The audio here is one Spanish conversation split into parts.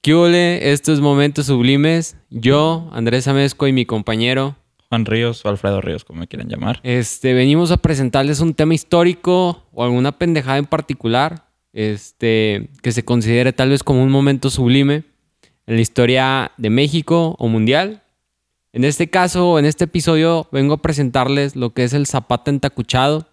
¿Qué ole? Esto es Momentos Sublimes. Yo, Andrés Amezco y mi compañero Juan Ríos o Alfredo Ríos, como me quieran llamar. venimos a presentarles un tema histórico o alguna pendejada en particular que se considere tal vez como un momento sublime en la historia de México o mundial. En este caso, en este episodio, vengo a presentarles lo que es el Zapata entacuchado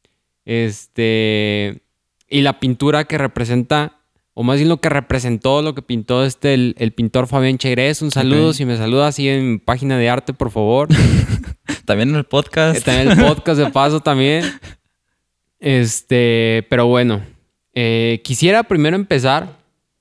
y la pintura que representa, o más bien lo que representó, lo que pintó el pintor Fabián Chairez. Un saludo, Ok. si me saluda así en mi página de arte, por favor. También en el podcast. Está en el podcast de paso también. Pero bueno, quisiera primero empezar,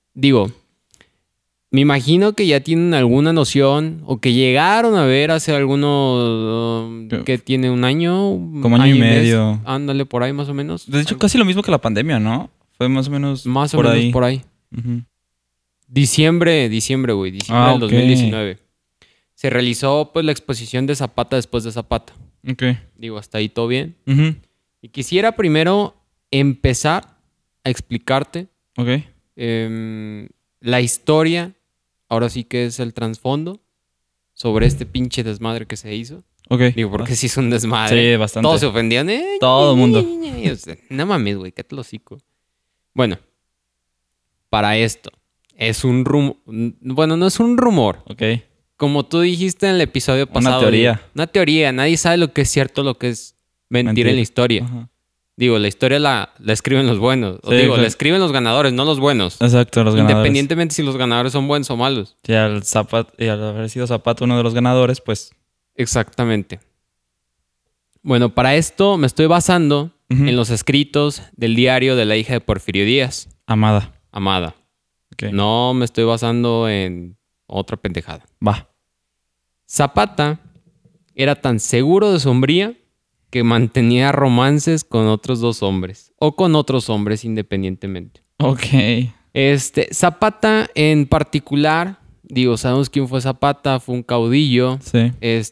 me imagino que ya tienen alguna noción o que llegaron a ver hace algunos, que tiene un año, Como año y mes. medio. Ándale, por ahí más o menos. De hecho, casi lo mismo que la pandemia, ¿no? Fue más o menos Más o por menos ahí. por ahí. Ujú. Diciembre, güey. Diciembre del ok. 2019. Se realizó pues la exposición de Zapata después de Zapata. Ok. Hasta ahí todo bien. Ujú. Y quisiera primero empezar a explicarte Ok. la historia, ahora sí que es el trasfondo, sobre este pinche desmadre que se hizo. Ok. Porque sí es un desmadre. Sí, bastante. Todos se ofendían. Todo el mundo. O sea, no mames, güey, cállate el hocico. Bueno, para esto, es un rumor. Bueno, no es un rumor. Ok. Como tú dijiste en el episodio pasado. teoría. Una teoría. Nadie sabe lo que es cierto, lo que es mentira en la historia. Ajá. La historia la escriben los buenos. Sí, claro. La escriben los ganadores, no los buenos. Exacto, los ganadores. Independientemente si los ganadores son buenos o malos. Y al haber sido Zapata uno de los ganadores, pues... Exactamente. Bueno, para esto me estoy basando Ujú. en los escritos del diario de la hija de Porfirio Díaz, Amada. Amada. Ok. No me estoy basando en otra pendejada. Va. Zapata era tan seguro de su hombría que mantenía romances con otros dos hombres o con otros hombres independientemente. Ok. Zapata en particular, sabemos quién fue Zapata, fue un caudillo, Sí.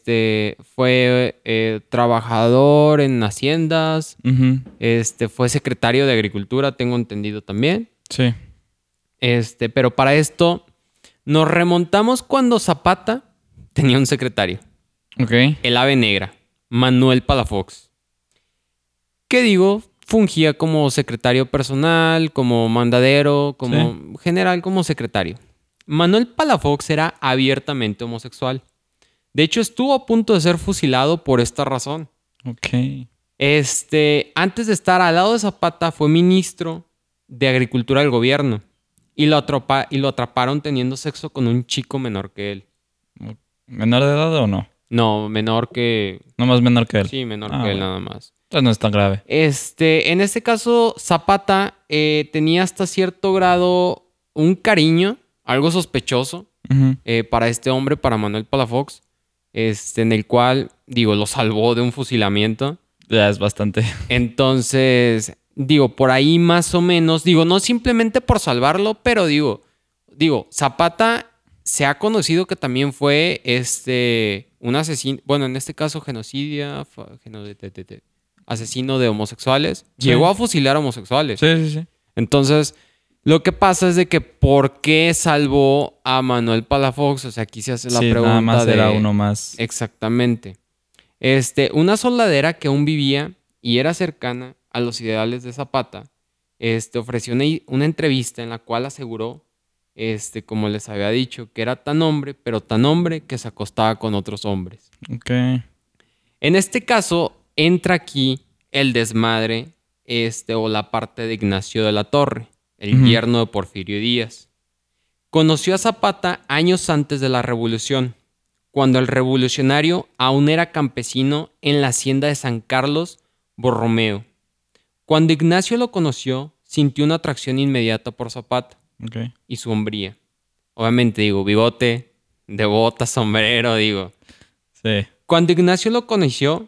fue trabajador en haciendas, Ujú. fue secretario de Agricultura, tengo entendido también. Sí. Pero para esto nos remontamos cuando Zapata tenía un secretario, Ok. el ave negra, Manuel Palafox. Que fungía como secretario personal, como mandadero, como general, como secretario. Manuel Palafox era abiertamente homosexual. De hecho, estuvo a punto de ser fusilado por esta razón. Ok. Antes de estar al lado de Zapata, fue ministro de Agricultura del gobierno. Y lo atraparon teniendo sexo con un chico menor que él. ¿Menor de edad o no? No, menor que... No más menor que él. Sí, menor Ah, que él bueno. nada más. Entonces no es tan grave. En este caso, Zapata tenía hasta cierto grado un cariño, algo sospechoso, Ujú. para este hombre, para Manuel Palafox, en el cual, lo salvó de un fusilamiento. Ya es bastante. Entonces, por ahí más o menos, no simplemente por salvarlo, pero Zapata se ha conocido que también fue un asesino, bueno, en este caso asesino de homosexuales. Sí. Llegó a fusilar homosexuales. Sí. Entonces, lo que pasa es de que ¿por qué salvó a Manuel Palafox? O sea, aquí se hace la pregunta nada más de... era uno más. Exactamente. Una soldadera que aún vivía y era cercana a los ideales de Zapata, ofreció una entrevista en la cual aseguró, como les había dicho, que era tan hombre, pero tan hombre que se acostaba con otros hombres. Ok. En este caso, entra aquí el desmadre, o la parte de Ignacio de la Torre, el Ujú. yerno de Porfirio Díaz. Conoció a Zapata años antes de la Revolución, cuando el revolucionario aún era campesino en la hacienda de San Carlos Borromeo. Cuando Ignacio lo conoció, sintió una atracción inmediata por Zapata Ok. y su hombría. Obviamente, bigote, de botas, sombrero, Sí. Cuando Ignacio lo conoció,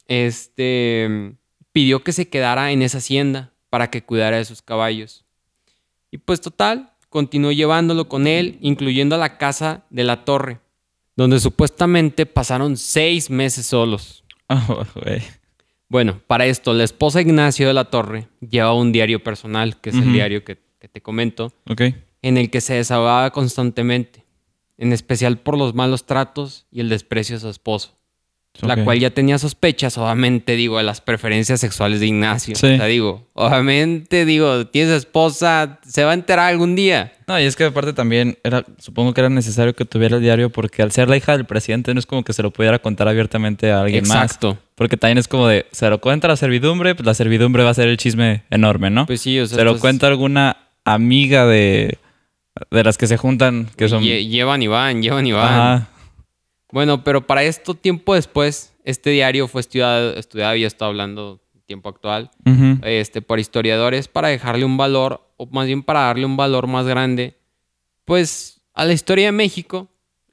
pidió que se quedara en esa hacienda para que cuidara de sus caballos. Y pues total, continuó llevándolo con él, incluyendo a la casa de la Torre, donde supuestamente pasaron 6 meses solos. Oh, güey. Bueno, para esto, la esposa Ignacio de la Torre lleva un diario personal, que es el Ujú. diario que te comento, Ok. en el que se desahogaba constantemente, en especial por los malos tratos y el desprecio a su esposo. La cual ya tenía sospechas, obviamente, digo, de las preferencias sexuales de Ignacio. Sí. O sea, digo, obviamente, digo, tienes esposa, se va a enterar algún día. No, y es que aparte también supongo que era necesario que tuviera el diario porque al ser la hija del presidente no es como que se lo pudiera contar abiertamente a alguien más. Exacto. Porque también es como de, se lo cuenta a la servidumbre, pues la servidumbre va a ser el chisme enorme, ¿no? Pues sí, o sea, se lo cuenta alguna amiga de las que se juntan, que son... Llevan y van. Ajá. Bueno, pero para esto, tiempo después, este diario fue estudiado, ya está hablando tiempo actual, por historiadores para dejarle un valor, o más bien para darle un valor más grande, pues, a la historia de México.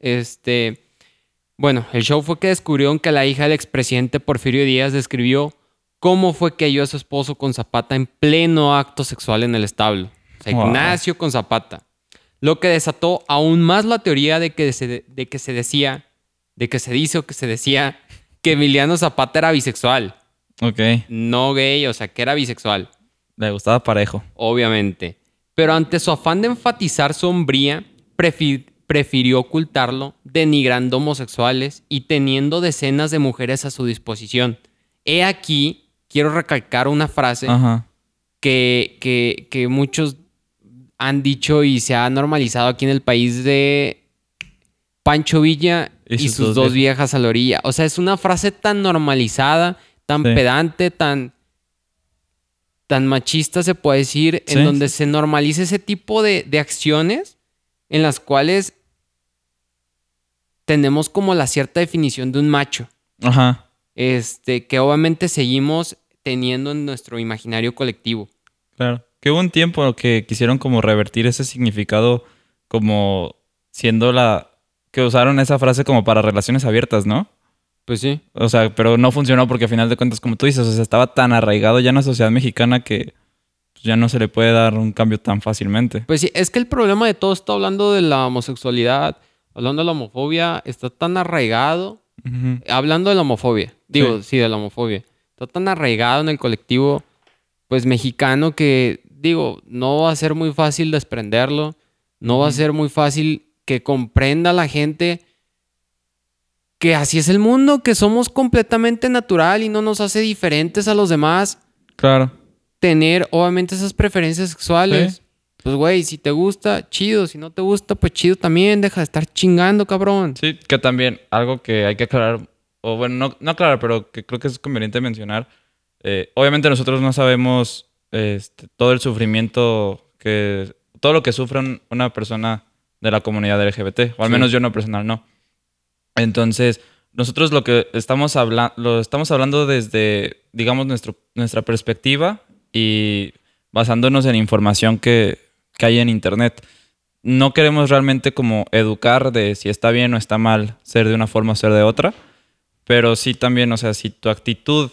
Bueno, el show fue que descubrieron que la hija del expresidente Porfirio Díaz describió cómo fue que halló a su esposo con Zapata en pleno acto sexual en el establo. O sea, Ignacio con Zapata. Lo que desató aún más la teoría de que se decía que Emiliano Zapata era bisexual. Ok. No gay, o sea, que era bisexual. Le gustaba parejo. Obviamente. Pero ante su afán de enfatizar su hombría, prefirió ocultarlo, denigrando homosexuales y teniendo decenas de mujeres a su disposición. He aquí, quiero recalcar una frase que muchos han dicho y se ha normalizado aquí en el país de Pancho Villa y sus dos viejas a la orilla. O sea, es una frase tan normalizada, tan pedante, tan machista, se puede decir, en donde se normaliza ese tipo de acciones en las cuales tenemos como la cierta definición de un macho. Ajá. Que obviamente seguimos teniendo en nuestro imaginario colectivo. Claro. Que hubo un tiempo que quisieron como revertir ese significado como siendo que usaron esa frase como para relaciones abiertas, ¿no? Pues sí. O sea, pero no funcionó porque al final de cuentas, como tú dices, o sea, estaba tan arraigado ya en la sociedad mexicana que pues, ya no se le puede dar un cambio tan fácilmente. Pues sí, es que el problema de todo esto, hablando de la homosexualidad, hablando de la homofobia, está tan arraigado. Hablando de la homofobia, de la homofobia. Está tan arraigado en el colectivo, pues, mexicano que, no va a ser muy fácil desprenderlo. No va a ser muy fácil que comprenda la gente que así es el mundo, que somos completamente natural y no nos hace diferentes a los demás. Claro. Tener, obviamente, esas preferencias sexuales. Sí. Pues, güey, si te gusta, chido. Si no te gusta, pues chido también. Deja de estar chingando, cabrón. Sí, que también algo que hay que aclarar, o bueno, no aclarar, pero que creo que es conveniente mencionar. Obviamente nosotros no sabemos todo el sufrimiento todo lo que sufre una persona de la comunidad LGBT. O al menos yo en lo personal no. Entonces, nosotros lo estamos hablando desde, digamos, nuestra perspectiva y basándonos en información que hay en internet. No queremos realmente como educar de si está bien o está mal ser de una forma o ser de otra, pero sí también, o sea, si tu actitud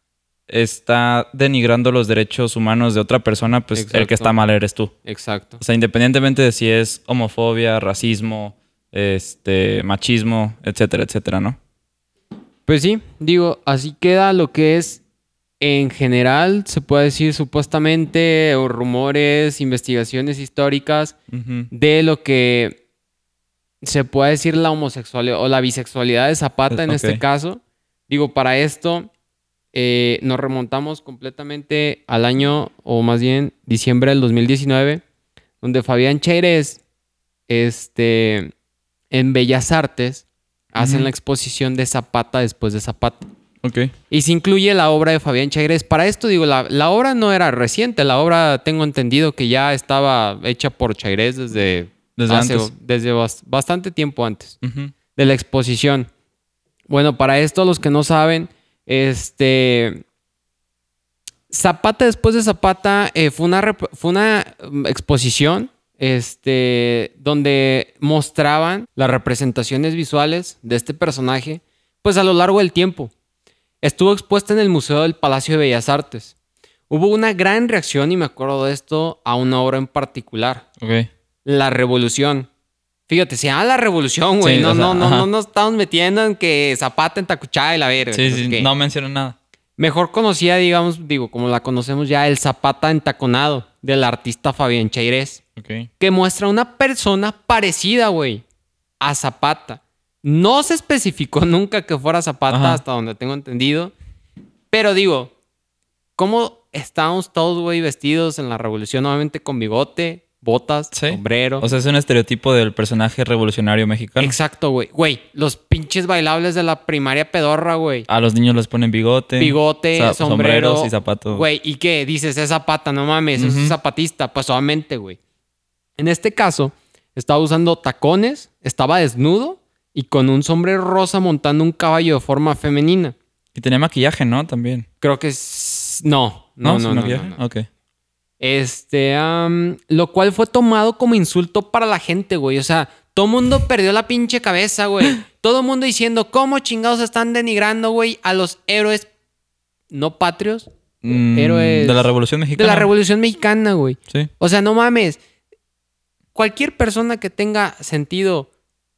está denigrando los derechos humanos de otra persona, pues el que está mal eres tú. Exacto. O sea, independientemente de si es homofobia, racismo, machismo, etcétera, etcétera, ¿no? Pues sí, así queda lo que es en general, se puede decir supuestamente, o rumores, investigaciones históricas de lo que se puede decir la homosexualidad o la bisexualidad de Zapata en este caso. Para esto nos remontamos completamente al año, o más bien diciembre del 2019, donde Fabián Chairez, en Bellas Artes, hacen la exposición de Zapata después de Zapata. Okay. Y se incluye la obra de Fabián Chairez. Para esto, la obra no era reciente. La obra, tengo entendido que ya estaba hecha por Chairez desde bastante tiempo antes de la exposición. Bueno, para esto, los que no saben, Zapata después de Zapata fue una exposición donde mostraban las representaciones visuales de este personaje, pues a lo largo del tiempo. Estuvo expuesta en el Museo del Palacio de Bellas Artes. Hubo una gran reacción, y me acuerdo de esto, a una obra en particular. Okay. La Revolución. Fíjate, se llama La Revolución, güey. Sí, no nos estamos metiendo en que Zapata en Tacuchá y la verga. Sí, no menciona nada. Mejor conocida, como la conocemos ya, el Zapata entaconado del artista Fabián Chairez. Ok. que muestra una persona parecida, güey, a Zapata. No se especificó nunca que fuera Zapata, Ajá. hasta donde tengo entendido. Pero digo, ¿cómo estábamos todos, güey, vestidos en la revolución? Nuevamente con bigote, botas, Sí. sombrero. O sea, es un estereotipo del personaje revolucionario mexicano. Exacto, güey. Güey, los pinches bailables de la primaria pedorra, güey. A los niños les ponen bigote. Bigote, sombrero. Sombreros y zapatos. Güey, ¿y qué? Dices, es Zapata, no mames, es Ujú. zapatista. Pues obviamente, güey. En este caso, estaba usando tacones, estaba desnudo y con un sombrero rosa montando un caballo de forma femenina. Y tenía maquillaje, ¿no? También. Creo que es... No. ¿Sin maquillaje? Ok. Lo cual fue tomado como insulto para la gente, güey. O sea, todo mundo perdió la pinche cabeza, güey. Todo mundo diciendo, ¿cómo chingados están denigrando, güey, a los héroes no patrios? Héroes De la Revolución de Mexicana. la Revolución Mexicana, güey. Sí. O sea, no mames. Cualquier persona que tenga sentido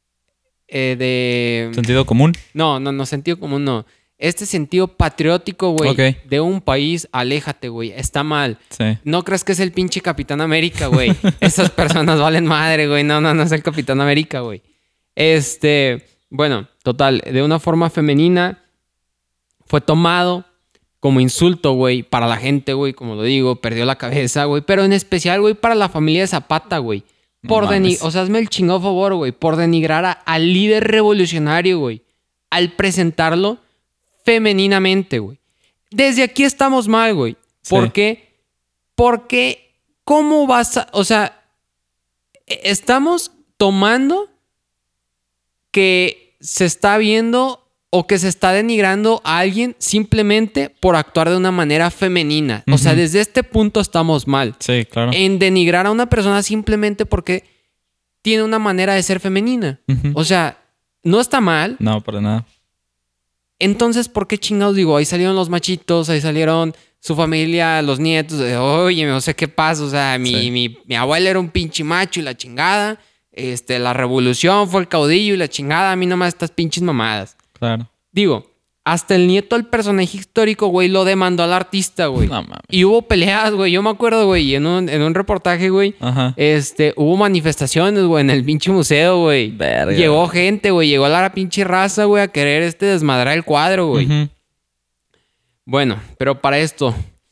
de... Sentido común. No, sentido común no. Este sentido patriótico, güey, Ok. de un país, aléjate, güey. Está mal. Sí. No crees que es el pinche Capitán América, güey. Esas personas valen madre, güey. No es el Capitán América, güey. Bueno, total, de una forma femenina fue tomado como insulto, güey, para la gente, güey, como lo digo, perdió la cabeza, güey. Pero en especial, güey, para la familia de Zapata, güey. No mames. O sea, hazme el chingado favor, güey, por denigrar al líder revolucionario, güey, al presentarlo femeninamente, güey. Desde aquí estamos mal, güey. ¿Por Sí. qué? Porque, ¿cómo vas a...? O sea, estamos tomando que se está viendo o que se está denigrando a alguien simplemente por actuar de una manera femenina. O sea, Ujú. desde este punto estamos mal. Sí, claro. En denigrar a una persona simplemente porque tiene una manera de ser femenina. Ujú. O sea, no está mal. No, para nada. Entonces, ¿por qué chingados digo? Ahí salieron los machitos, ahí salieron su familia, los nietos. Oye, no sé qué pasa. O sea, Sí. mi abuela era un pinche macho y la chingada. La revolución fue el caudillo y la chingada. A mí nomás estas pinches mamadas. Claro. Digo, hasta el nieto del personaje histórico, güey, lo demandó al artista, güey. No mames. Y hubo peleas, güey. Yo me acuerdo, güey, en un reportaje, güey. Ajá. Hubo manifestaciones, güey, en el pinche museo, güey. Verga. Llegó gente, güey. Llegó la pinche raza, güey, a querer desmadrar el cuadro, güey. Ujú. Bueno, pero para esto,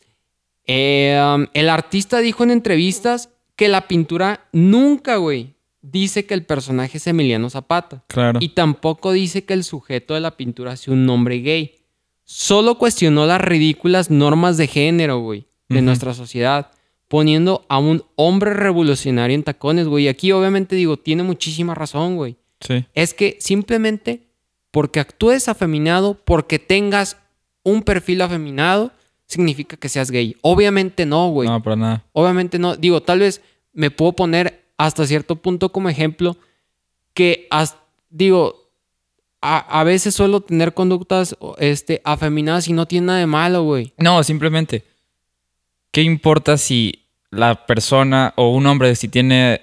el artista dijo en entrevistas que la pintura nunca, güey, dice que el personaje es Emiliano Zapata. Claro. Y tampoco dice que el sujeto de la pintura sea un hombre gay. Solo cuestionó las ridículas normas de género, güey, de Ujú. nuestra sociedad, poniendo a un hombre revolucionario en tacones, güey. Y aquí obviamente digo, tiene muchísima razón, güey. Sí. Es que simplemente porque actúes afeminado, porque tengas un perfil afeminado, significa que seas gay. Obviamente no, güey. No, para nada. Obviamente no. Digo, tal vez me puedo poner hasta cierto punto como ejemplo que, a veces suelo tener conductas afeminadas y no tiene nada de malo, güey. No, simplemente. ¿Qué importa si la persona o un hombre, si tiene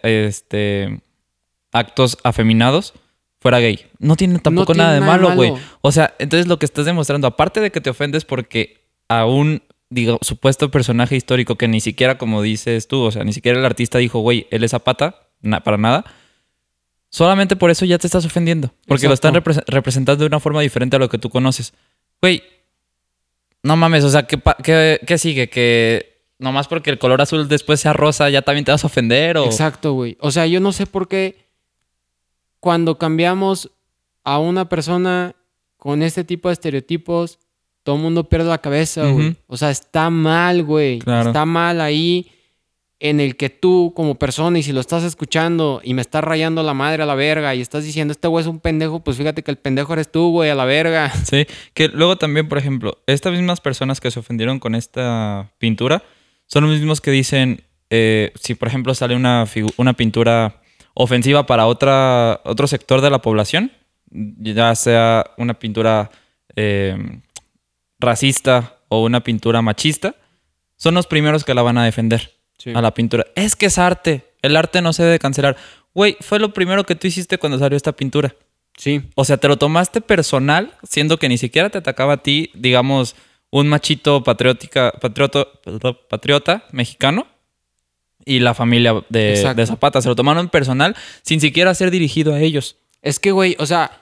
actos afeminados, fuera gay? No tiene tampoco tiene nada de nada de malo, güey. malo. O sea, entonces lo que estás demostrando, aparte de que te ofendes porque a un, digo, supuesto personaje histórico que ni siquiera, como dices tú, o sea, ni siquiera el artista dijo, güey, él es Zapata, para nada. Solamente por eso ya te estás ofendiendo. Porque lo están representando de una forma diferente a lo que tú conoces. Güey, no mames, o sea, ¿qué sigue? ¿Que nomás porque el color azul después sea rosa ya también te vas a ofender? ¿O? Exacto, güey. O sea, yo no sé por qué cuando cambiamos a una persona con este tipo de estereotipos, todo el mundo pierde la cabeza, güey. Ujú. O sea, está mal, güey. Claro. Está mal ahí en el que tú como persona, y si lo estás escuchando y me estás rayando la madre a la verga y estás diciendo, este güey es un pendejo, pues fíjate que el pendejo eres tú, güey, a la verga. Sí, que luego también, por ejemplo, estas mismas personas que se ofendieron con esta pintura son los mismos que dicen, si por ejemplo sale una pintura ofensiva para otro sector de la población, ya sea una pintura racista o una pintura machista, son los primeros que la van a defender. Sí. A la pintura. Es que es arte. El arte no se debe cancelar. Güey, fue lo primero que tú hiciste cuando salió esta pintura. Sí. O sea, te lo tomaste personal, siendo que ni siquiera te atacaba a ti, digamos, un machito patriota mexicano. y la familia de Zapata. Se lo tomaron personal sin siquiera ser dirigido a ellos. Es que, güey, o sea,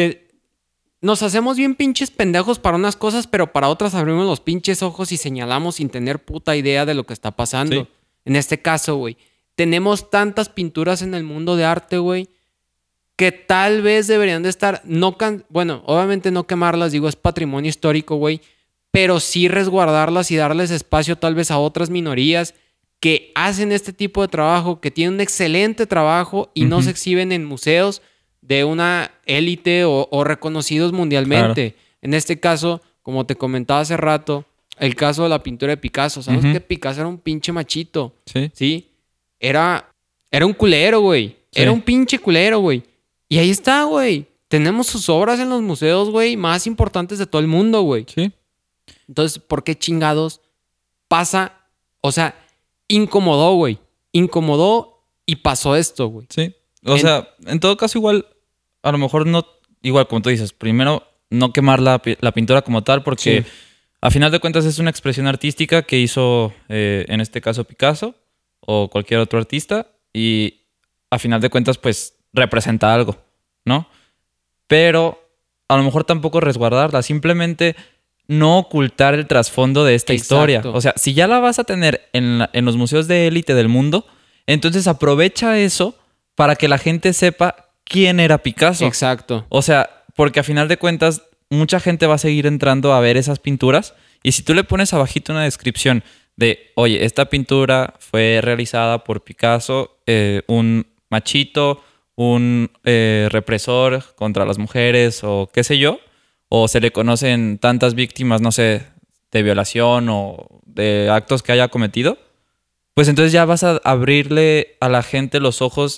nos hacemos bien pinches pendejos para unas cosas, pero para otras abrimos los pinches ojos y señalamos sin tener puta idea de lo que está pasando. Sí. En este caso, güey, tenemos tantas pinturas en el mundo de arte, güey, que tal vez deberían de estar, bueno, obviamente no quemarlas, digo, es patrimonio histórico, güey, pero sí resguardarlas y darles espacio tal vez a otras minorías que hacen este tipo de trabajo, que tienen un excelente trabajo y no se exhiben en museos de una élite o reconocidos mundialmente. Claro. En este caso, como te comentaba hace rato, el caso de la pintura de Picasso. ¿Sabes que Picasso era un pinche machito? Sí. ¿Sí? Era un culero, güey. Sí. Era un pinche culero, güey. Y ahí está, güey. Tenemos sus obras en los museos, güey, más importantes de todo el mundo, güey. Sí. Entonces, ¿por qué chingados pasa? O sea, incomodó, güey. Incomodó y pasó esto, güey. Sí. O sea, en todo caso, igual, a lo mejor no... Igual, como tú dices, primero, no quemar la pintura como tal, porque a final de cuentas es una expresión artística que hizo, en este caso, Picasso o cualquier otro artista. Y a final de cuentas, pues, representa algo, ¿no? Pero a lo mejor tampoco resguardarla. Simplemente no ocultar el trasfondo de esta historia. O sea, si ya la vas a tener en los museos de élite del mundo, entonces aprovecha eso para que la gente sepa quién era Picasso. Exacto. O sea, porque a final de cuentas mucha gente va a seguir entrando a ver esas pinturas y si tú le pones abajito una descripción de, oye, esta pintura fue realizada por Picasso, un machito, un represor contra las mujeres o qué sé yo, o se le conocen tantas víctimas, no sé, de violación o de actos que haya cometido, pues entonces ya vas a abrirle a la gente los ojos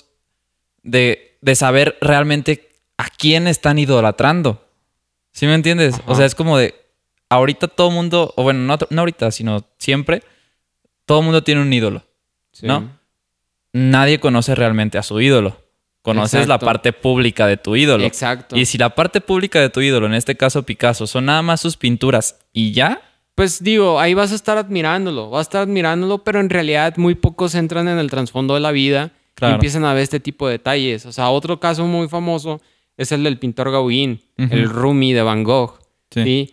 de saber realmente a quién están idolatrando. ¿Sí me entiendes? Ajá. O sea, es como de... Ahorita todo mundo... O bueno, no ahorita, sino siempre. Todo mundo tiene un ídolo. Sí. ¿No? Nadie conoce realmente a su ídolo. Conoces la parte pública de tu ídolo. Exacto. Y si la parte pública de tu ídolo, en este caso Picasso, son nada más sus pinturas y ya... Pues digo, ahí vas a estar admirándolo. Vas a estar admirándolo, pero en realidad muy pocos entran en el trasfondo de la vida. Claro. Y empiezan a ver este tipo de detalles. O sea, otro caso muy famoso es el del pintor Gauguin, el Rumi de Van Gogh. Sí.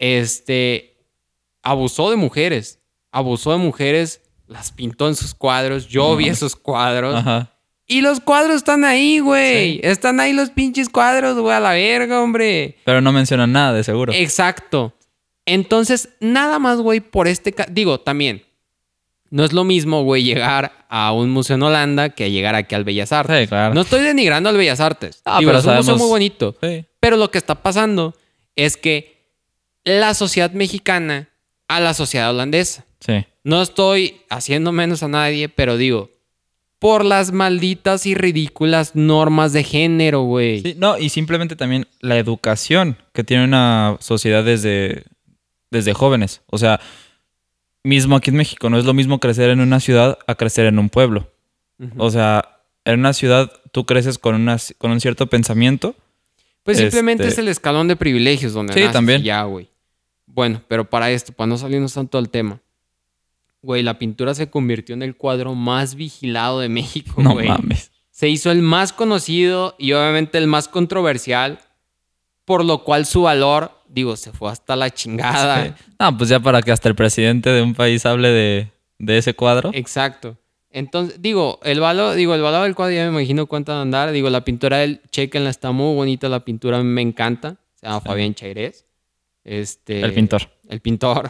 Abusó de mujeres. Las pintó en sus cuadros. Yo vi esos cuadros. Ajá. Y los cuadros están ahí, güey. Sí. Están ahí los pinches cuadros, güey, a la verga, hombre. Pero no mencionan nada, de seguro. Exacto. Entonces, nada más, güey, por digo, también... No es lo mismo, güey, llegar a un museo en Holanda que llegar aquí al Bellas Artes. Sí, claro. No estoy denigrando al Bellas Artes. Digo, pero es un museo muy bonito. Sí. Pero lo que está pasando es que la sociedad mexicana a la sociedad holandesa. Sí. No estoy haciendo menos a nadie, pero digo, por las malditas y ridículas normas de género, güey. Sí, no, y simplemente también la educación que tiene una sociedad desde jóvenes. O sea... Mismo aquí en México, no es lo mismo crecer en una ciudad a crecer en un pueblo. O sea, en una ciudad tú creces con un cierto pensamiento. Pues simplemente es el escalón de privilegios donde naces también. Y ya, güey. Bueno, pero para no salirnos tanto del tema. Güey, la pintura se convirtió en el cuadro más vigilado de México, güey. No mames. Se hizo el más conocido y obviamente el más controversial, por lo cual su valor... Digo, se fue hasta la chingada. Sí. Pues ya para que hasta el presidente de un país hable de ese cuadro. Exacto. Entonces, el valor del cuadro ya me imagino cuánto va a andar. Digo, la pintura del Chequenla está muy bonita. La pintura me encanta. Se llama Fabián Chairés. El pintor. El pintor.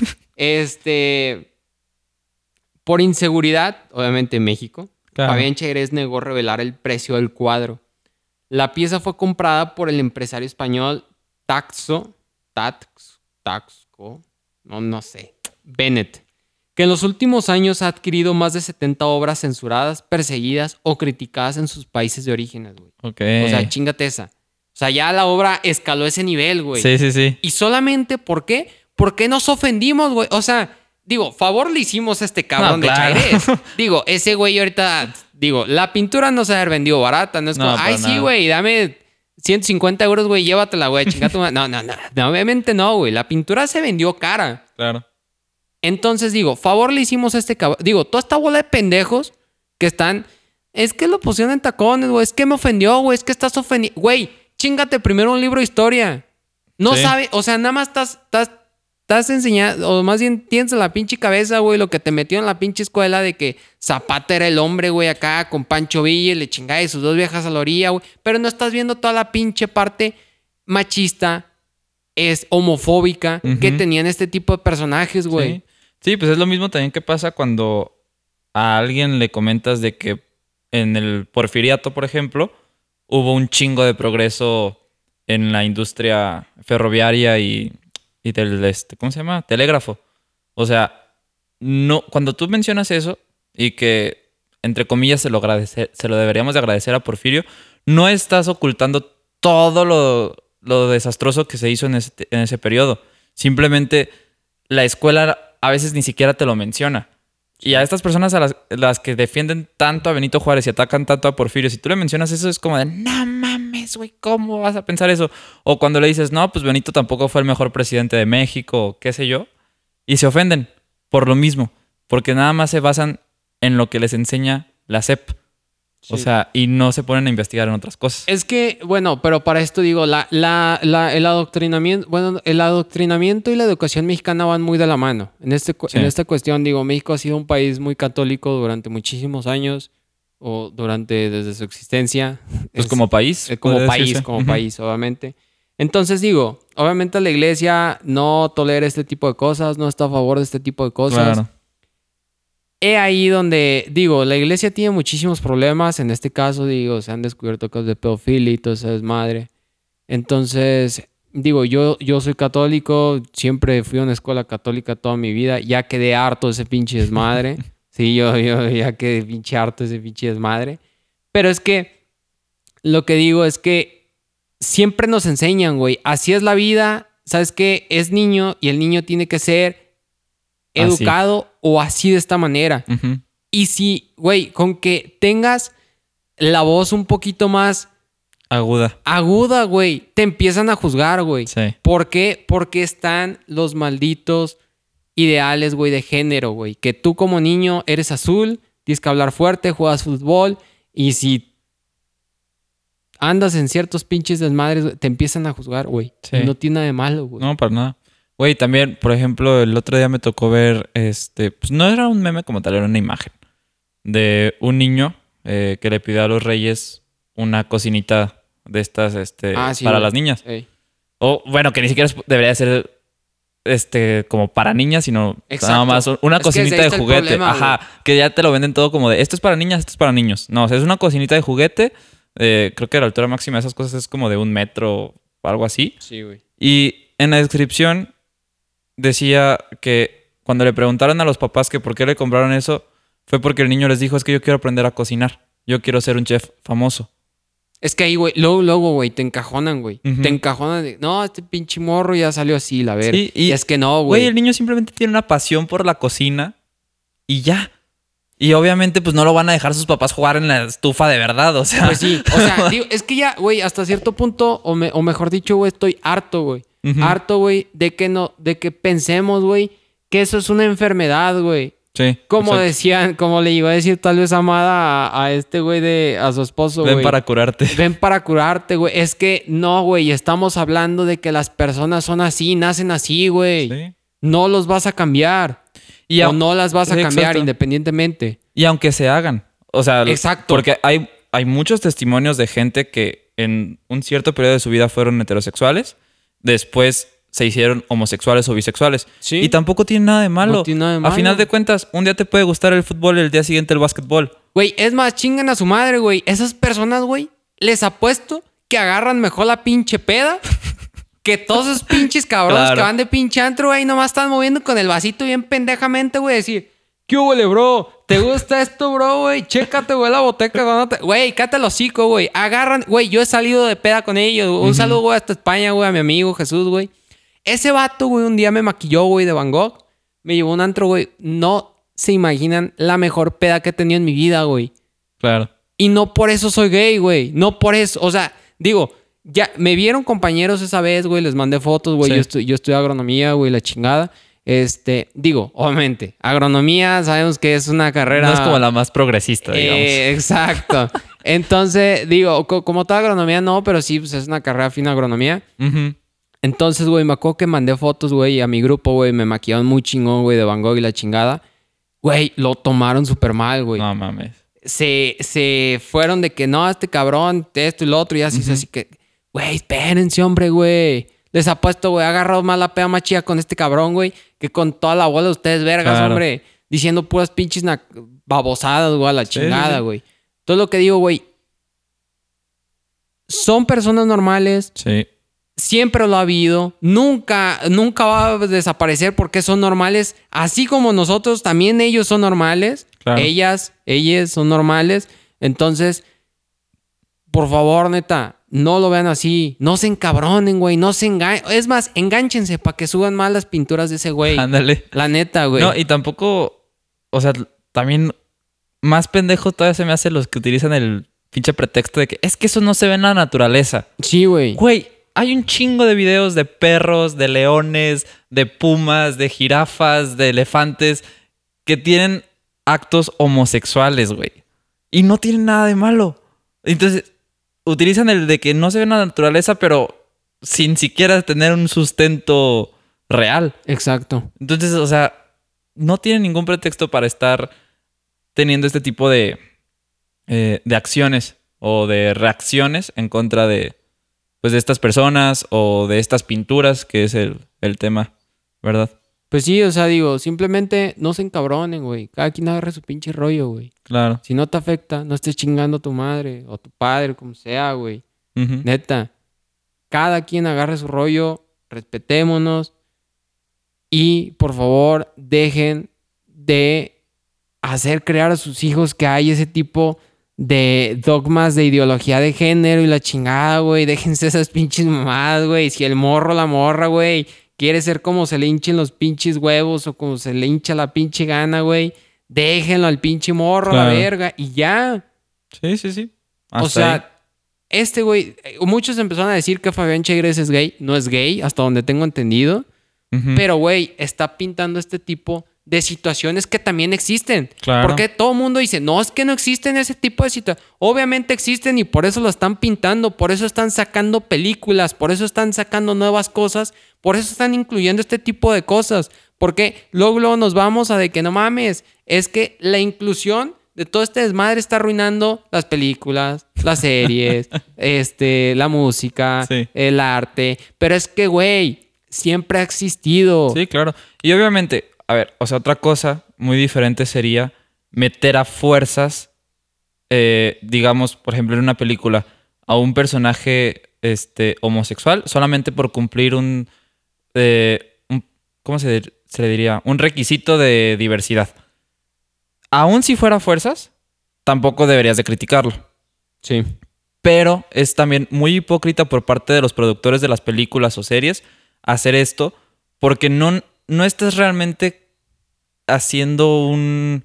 Por inseguridad, obviamente en México, claro. Fabián Chairés negó revelar el precio del cuadro. La pieza fue comprada por el empresario español Taxco, no sé, Bennett, que en los últimos años ha adquirido más de 70 obras censuradas, perseguidas o criticadas en sus países de origen, güey. Okay. O sea, chíngate esa. O sea, ya la obra escaló ese nivel, güey. Sí. Y solamente, ¿por qué? Porque nos ofendimos, güey. O sea, digo, favor le hicimos a este cabrón de Chairés. Digo, ese güey ahorita, la pintura no se ha vendido barata, no es como, ay, sí, güey, dame... 150 euros, güey, llévatela, güey, chingada tu madre. No, obviamente no, güey. La pintura se vendió cara. Claro. Entonces digo, favor le hicimos a este cabrón. Digo, toda esta bola de pendejos que están... Es que lo pusieron en tacones, güey. Es que me ofendió, güey. Es que estás ofendido. Güey, chíngate primero un libro de historia. No sabe... O sea, nada más estás enseñando... O más bien tienes en la pinche cabeza, güey, lo que te metió en la pinche escuela de que Zapata era el hombre, güey, acá con Pancho Villa y le chingaba y sus 2 viejas a la orilla, güey. Pero no estás viendo toda la pinche parte machista, es homofóbica que tenían este tipo de personajes, güey. Sí, pues es lo mismo también que pasa cuando a alguien le comentas de que en el Porfiriato, por ejemplo, hubo un chingo de progreso en la industria ferroviaria y del, ¿cómo se llama? Telégrafo. O sea, no, cuando tú mencionas eso y que, entre comillas, se lo deberíamos de agradecer a Porfirio, no estás ocultando todo lo desastroso que se hizo en ese periodo. Simplemente la escuela a veces ni siquiera te lo menciona. Y a estas personas a las que defienden tanto a Benito Juárez y atacan tanto a Porfirio, si tú le mencionas eso, es como de, no mames, güey, ¿cómo vas a pensar eso? O cuando le dices, no, pues Benito tampoco fue el mejor presidente de México, o qué sé yo. Y se ofenden por lo mismo, porque nada más se basan en lo que les enseña la SEP. Sí. O sea, y no se ponen a investigar en otras cosas. Es que, bueno, pero para esto digo, el adoctrinamiento y la educación mexicana van muy de la mano. En esta cuestión, digo, México ha sido un país muy católico durante muchísimos años, o desde su existencia. Pues como país. Como país, obviamente. Entonces digo, obviamente la iglesia no tolera este tipo de cosas, no está a favor de este tipo de cosas. Claro. He ahí donde, digo, la iglesia tiene muchísimos problemas. En este caso, digo, se han descubierto casos de pedofilia y todo esa desmadre. Entonces, digo, yo soy católico. Siempre fui a una escuela católica toda mi vida. Ya quedé harto de ese pinche desmadre. Sí, yo ya quedé pinche harto de ese pinche desmadre. Pero es que, lo que digo es que siempre nos enseñan, güey. Así es la vida. ¿Sabes qué? Es niño y el niño tiene que ser educado o así de esta manera. Y si, güey, con que tengas la voz un poquito más aguda, güey, te empiezan a juzgar, güey. Sí. ¿Por qué? Porque están los malditos ideales, güey, de género, güey. Que tú como niño eres azul, tienes que hablar fuerte, juegas fútbol y si andas en ciertos pinches desmadres, te empiezan a juzgar, güey. Sí. No tiene nada de malo, güey. No, para nada. Güey, también, por ejemplo, el otro día me tocó ver, pues no era un meme como tal, era una imagen de un niño que le pidió a los reyes una cocinita de estas, para las niñas. Hey. O, bueno, que ni siquiera debería ser, como para niñas, sino nada más una cocinita de juguete. Problema, ajá, güey. Que ya te lo venden todo como de, esto es para niñas, esto es para niños. No, o sea, es una cocinita de juguete. Creo que la altura máxima de esas cosas es como de 1 metro o algo así. Sí, güey. Y en la descripción decía que cuando le preguntaron a los papás que por qué le compraron eso, fue porque el niño les dijo, es que yo quiero aprender a cocinar. Yo quiero ser un chef famoso. Es que ahí, güey, luego, güey, te encajonan, güey. Te encajonan de, no, este pinche morro ya salió así, la verga. Sí, y es que no, güey. Güey, el niño simplemente tiene una pasión por la cocina y ya. Y obviamente, pues no lo van a dejar sus papás jugar en la estufa de verdad, o sea. Pues sí, o sea, digo, es que ya, güey, hasta cierto punto, o mejor dicho, güey, estoy harto, güey. Harto, güey, de que pensemos, güey, que eso es una enfermedad, güey. Sí. Como decían, como le iba a decir tal vez Amada a este güey a su esposo, güey. Ven para curarte. Ven para curarte, güey. Es que no, güey, estamos hablando de que las personas son así, nacen así, güey. Sí. No los vas a cambiar. O no las vas a cambiar independientemente. Y aunque se hagan. O sea, exacto. Porque hay muchos testimonios de gente que en un cierto periodo de su vida fueron heterosexuales. Después se hicieron homosexuales o bisexuales. ¿Sí? Y tampoco tiene nada de malo. No tiene nada de malo. A final de cuentas, un día te puede gustar el fútbol y el día siguiente el básquetbol. Güey, es más, chingan a su madre, güey. Esas personas, güey, les apuesto que agarran mejor la pinche peda que todos esos pinches cabrones que van de pinche antro, güey, nomás están moviendo con el vasito bien pendejamente, güey. Decir, ¿qué huele, bro? ¿Te gusta esto, bro, güey? Chécate, güey, la boteca. Güey, cállate el hocico, güey. Agarran, güey, yo he salido de peda con ellos. Un saludo, güey, hasta España, güey, a mi amigo Jesús, güey. Ese vato, güey, un día me maquilló, güey, de Van Gogh. Me llevó a un antro, güey. No se imaginan la mejor peda que he tenido en mi vida, güey. Claro. Y no por eso soy gay, güey. No por eso. O sea, digo, ya me vieron compañeros esa vez, güey. Les mandé fotos, güey. Sí. Yo estudié agronomía, güey, la chingada. Digo, obviamente, agronomía sabemos que es una carrera... No es como la más progresista, digamos. Exacto. Entonces, digo, como toda agronomía no, pero sí, pues es una carrera fina agronomía. Ujú. Entonces, güey, me acuerdo que mandé fotos, güey, a mi grupo, güey, me maquillaron muy chingón, güey, de Van Gogh y la chingada. Güey, lo tomaron súper mal, güey. No mames. Se fueron de que no, este cabrón, esto y lo otro, y así, Ujú. así que, güey, espérense, hombre, güey. Les apuesto, güey, ha agarrado más la peda más chida con este cabrón, güey, que con toda la bola de ustedes, vergas, Claro. hombre. Diciendo puras pinches babosadas, güey, a la Sí, chingada, sí, sí. güey. Todo lo que digo, güey, son personas normales, Sí. siempre lo ha habido, nunca va a desaparecer porque son normales, así como nosotros, también ellos son normales, Claro. ellas son normales, entonces, por favor, neta, no lo vean así, no se encabronen, güey, no se enganchen, es más, enganchense para que suban más las pinturas de ese güey, Ándale. la neta, güey. No, y tampoco, o sea, también más pendejo todavía se me hace los que utilizan el pinche pretexto de que es que eso no se ve en la naturaleza. Sí, güey. Güey, hay un chingo de videos de perros, de leones, de pumas, de jirafas, de elefantes que tienen actos homosexuales, güey. Y no tienen nada de malo. Entonces, utilizan el de que no se ve en la naturaleza, pero sin siquiera tener un sustento real. Exacto. Entonces, o sea, no tienen ningún pretexto para estar teniendo este tipo de acciones o de reacciones en contra de, pues, de estas personas o de estas pinturas, que es el tema, ¿verdad? Pues sí, o sea, digo, simplemente no se encabronen, güey. Cada quien agarre su pinche rollo, güey. Claro. Si no te afecta, no estés chingando a tu madre o a tu padre, como sea, güey. Ujú. Neta. Cada quien agarre su rollo, respetémonos y, por favor, dejen de hacer crear a sus hijos que hay ese tipo de dogmas de ideología de género y la chingada, güey. Déjense esas pinches mamadas, güey. Si el morro, la morra, güey, quiere ser como se le hinchen los pinches huevos o como se le hincha la pinche gana, güey, déjenlo al pinche morro, a la Claro. verga, y ya. Sí, sí, sí. O Hasta sea, ahí. güey, muchos empezaron a decir que Fabián Chegres es gay. No es gay, hasta donde tengo entendido. Ujú. Pero, güey, está pintando este tipo de situaciones que también existen. Claro. Porque todo el mundo dice, no, es que no existen ese tipo de situaciones. Obviamente existen y por eso lo están pintando, por eso están sacando películas, por eso están sacando nuevas cosas, por eso están incluyendo este tipo de cosas. Porque luego nos vamos a de que no mames, es que la inclusión de todo este desmadre está arruinando las películas, las series, la música, Sí. el arte. Pero es que, güey, siempre ha existido. Sí, claro. Y obviamente, a ver, o sea, otra cosa muy diferente sería meter a fuerzas, digamos, por ejemplo, en una película, a un personaje homosexual solamente por cumplir ¿cómo se le diría? Un requisito de diversidad. Aún si fuera a fuerzas, tampoco deberías de criticarlo. Sí. Pero es también muy hipócrita por parte de los productores de las películas o series hacer esto porque no estás realmente haciendo un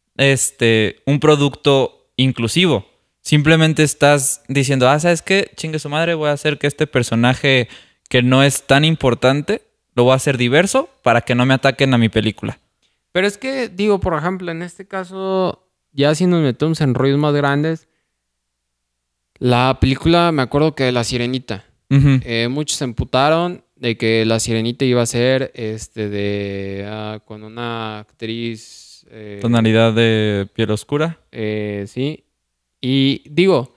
producto inclusivo. Simplemente estás diciendo, ¿sabes qué? Chingue su madre, voy a hacer que este personaje que no es tan importante, lo voy a hacer diverso para que no me ataquen a mi película. Pero es que, digo, por ejemplo, en este caso, ya si nos metemos en rollos más grandes, la película, me acuerdo que de La Sirenita. Ujú. Muchos se emputaron de que La Sirenita iba a ser con una actriz. Tonalidad de piel oscura. Sí. Y digo,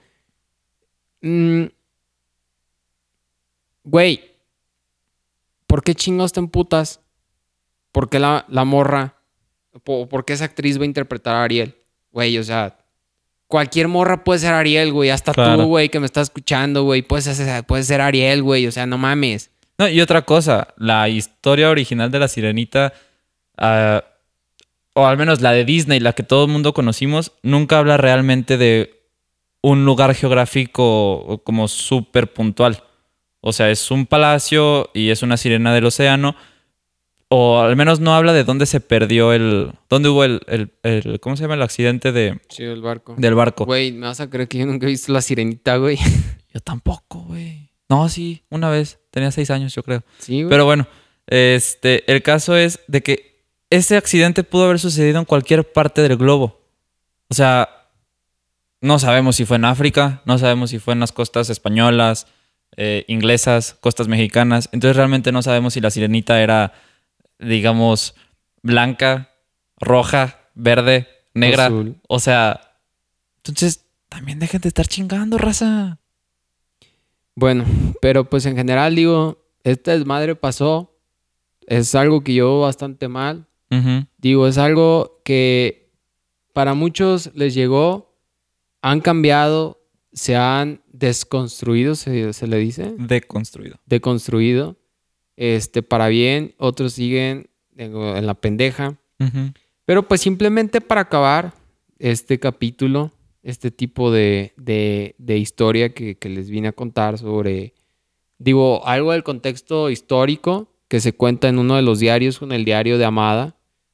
güey, ¿por qué chingados te emputas? ¿Por qué la morra? ¿Por qué esa actriz va a interpretar a Ariel? Güey, o sea, cualquier morra puede ser Ariel, güey. Hasta Claro. tú, güey, que me estás escuchando, güey. Puedes ser Ariel, güey. O sea, no mames. No, y otra cosa, la historia original de La Sirenita, o al menos la de Disney, la que todo el mundo conocimos, nunca habla realmente de un lugar geográfico como súper puntual. O sea, es un palacio y es una sirena del océano. O al menos no habla de dónde se perdió dónde hubo ¿cómo se llama? El accidente Sí, el barco. del barco. Güey, me vas a creer que yo nunca he visto La Sirenita, güey. Yo tampoco, güey. No, sí, una vez. Tenía 6 años, yo creo. Sí, güey. Pero bueno, El caso es de que ese accidente pudo haber sucedido en cualquier parte del globo. O sea, no sabemos si fue en África, no sabemos si fue en las costas españolas, inglesas, costas mexicanas. Entonces realmente no sabemos si la sirenita era, digamos, blanca, roja, verde, negra. Azul. O sea, entonces también dejen de estar chingando, raza. Bueno, pero pues en general digo, este desmadre pasó. Es algo que yo veo bastante mal. Ujú. Digo, es algo que para muchos les llegó, han cambiado, se han desconstruido, se le dice, Deconstruido. deconstruido, para bien, otros siguen digo, en la pendeja. Ujú. Pero pues simplemente para acabar este capítulo, este tipo de historia que les vine a contar sobre, digo, algo del contexto histórico que se cuenta en uno de los diarios, con el diario de Amada,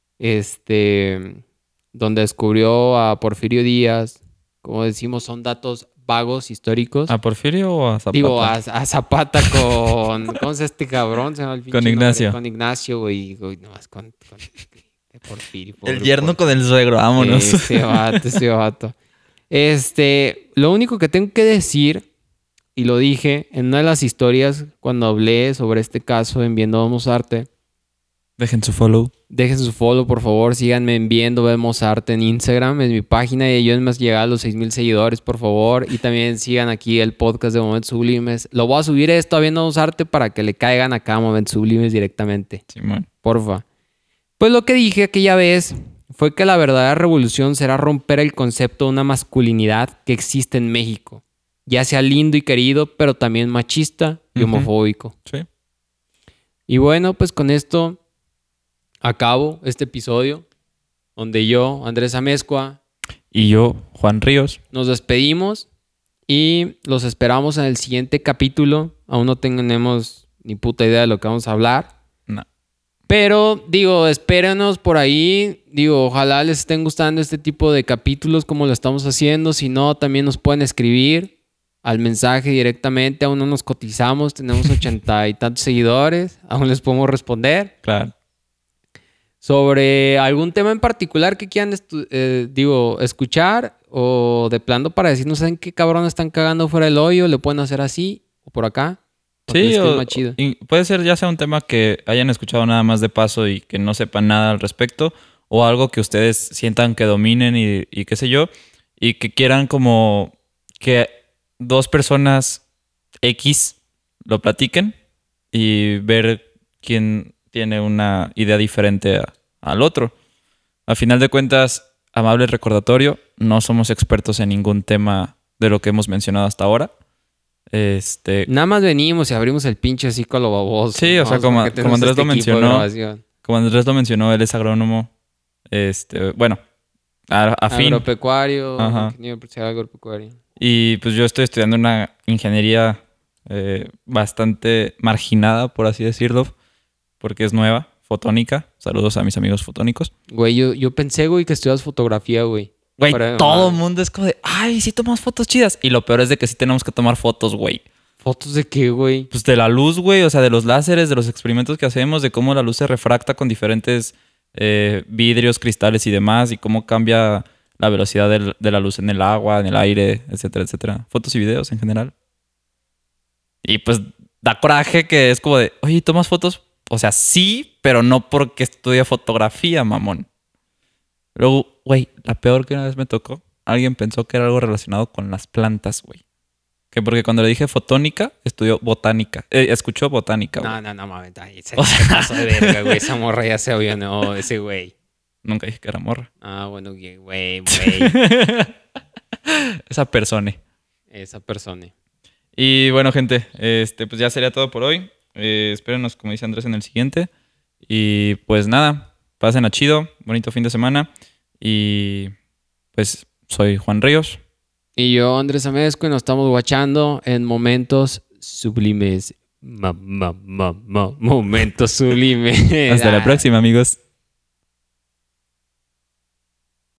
donde descubrió a Porfirio Díaz. Como decimos, son datos vagos históricos. ¿A Porfirio o a Zapata? Digo, a Zapata con... ¿Cómo se llama este cabrón? Se llama el pinche Con Ignacio. nombre. Con Ignacio, güey. Nomás con Porfirio. El yerno con el suegro, vámonos. Ese vato. Lo único que tengo que decir, y lo dije en una de las historias cuando hablé sobre este caso en Viendo Vemos Arte. Dejen su follow. Dejen su follow, por favor. Síganme en Viendo Vemos Arte en Instagram. Es mi página y ayúdenme a llegar a los 6,000 seguidores, por favor. Y también sigan aquí el podcast de Momentos Sublimes. Lo voy a subir esto a Viendo Vemos Arte para que le caigan a cada Momentos Sublimes directamente. Simón. Porfa. Pues lo que dije aquella vez fue que la verdadera revolución será romper el concepto de una masculinidad que existe en México. Ya sea lindo y querido, pero también machista y Ujú. homofóbico. Sí. Y bueno, pues con esto acabo este episodio donde yo, Andrés Amezcua, Y yo, Juan Ríos. nos despedimos y los esperamos en el siguiente capítulo. Aún no tenemos ni puta idea de lo que vamos a hablar. No. Pero, digo, espérenos por ahí. Digo, ojalá les estén gustando este tipo de capítulos como lo estamos haciendo. Si no, también nos pueden escribir al mensaje directamente. Aún no nos cotizamos. Tenemos 80 y tantos seguidores. Aún les podemos responder. Claro. Sobre algún tema en particular que quieran, escuchar. O de plano para decirnos en qué cabrón están cagando fuera del hoyo. Le pueden hacer así o por acá. para que Sí, les quede más chido. puede ser ya sea un tema que hayan escuchado nada más de paso y que no sepan nada al respecto, o algo que ustedes sientan que dominen y qué sé yo, y que quieran como que dos personas X lo platiquen y ver quién tiene una idea diferente al otro. A final de cuentas, amable recordatorio, no somos expertos en ningún tema de lo que hemos mencionado hasta ahora. Nada más venimos y abrimos el pinche ciclo baboso. Sí, o sea, como Andrés lo mencionó, como Andrés lo mencionó, él es agrónomo, bueno, afín. Agropecuario, Ajá. ingeniero empresarial agropecuario. Y pues yo estoy estudiando una ingeniería bastante marginada, por así decirlo, porque es nueva, fotónica. Saludos a mis amigos fotónicos. Güey, yo pensé, güey, que estudias fotografía, güey. Güey, Para- todo el mundo es como de, ay, sí tomamos fotos chidas. Y lo peor es de que sí tenemos que tomar fotos, güey. ¿Fotos de qué, güey? Pues de la luz, güey, o sea, de los láseres, de los experimentos que hacemos, de cómo la luz se refracta con diferentes vidrios, cristales y demás, y cómo cambia la velocidad de la luz en el agua, en el aire, etcétera, etcétera. Fotos y videos en general. Y pues da coraje que es como de, oye, ¿tomas fotos? O sea, sí, pero no porque estudia fotografía, mamón. Luego, güey, la peor que una vez me tocó, alguien pensó que era algo relacionado con las plantas, güey. Que porque cuando le dije fotónica, estudió botánica. Escuchó botánica, güey. No, mames. Se pasó de verga, güey. Esa morra ya se obvió, no, ese güey. Nunca dije que era morra. Ah, bueno, güey. Esa persona. Esa persona. Y bueno, gente, pues ya sería todo por hoy. Espérenos, como dice Andrés, en el siguiente. Y pues nada, pasen a chido, bonito fin de semana. Y pues soy Juan Ríos. Y yo, Andrés Amezco, y nos estamos guachando en Momentos Sublimes. Momentos Sublimes. Hasta la próxima, amigos.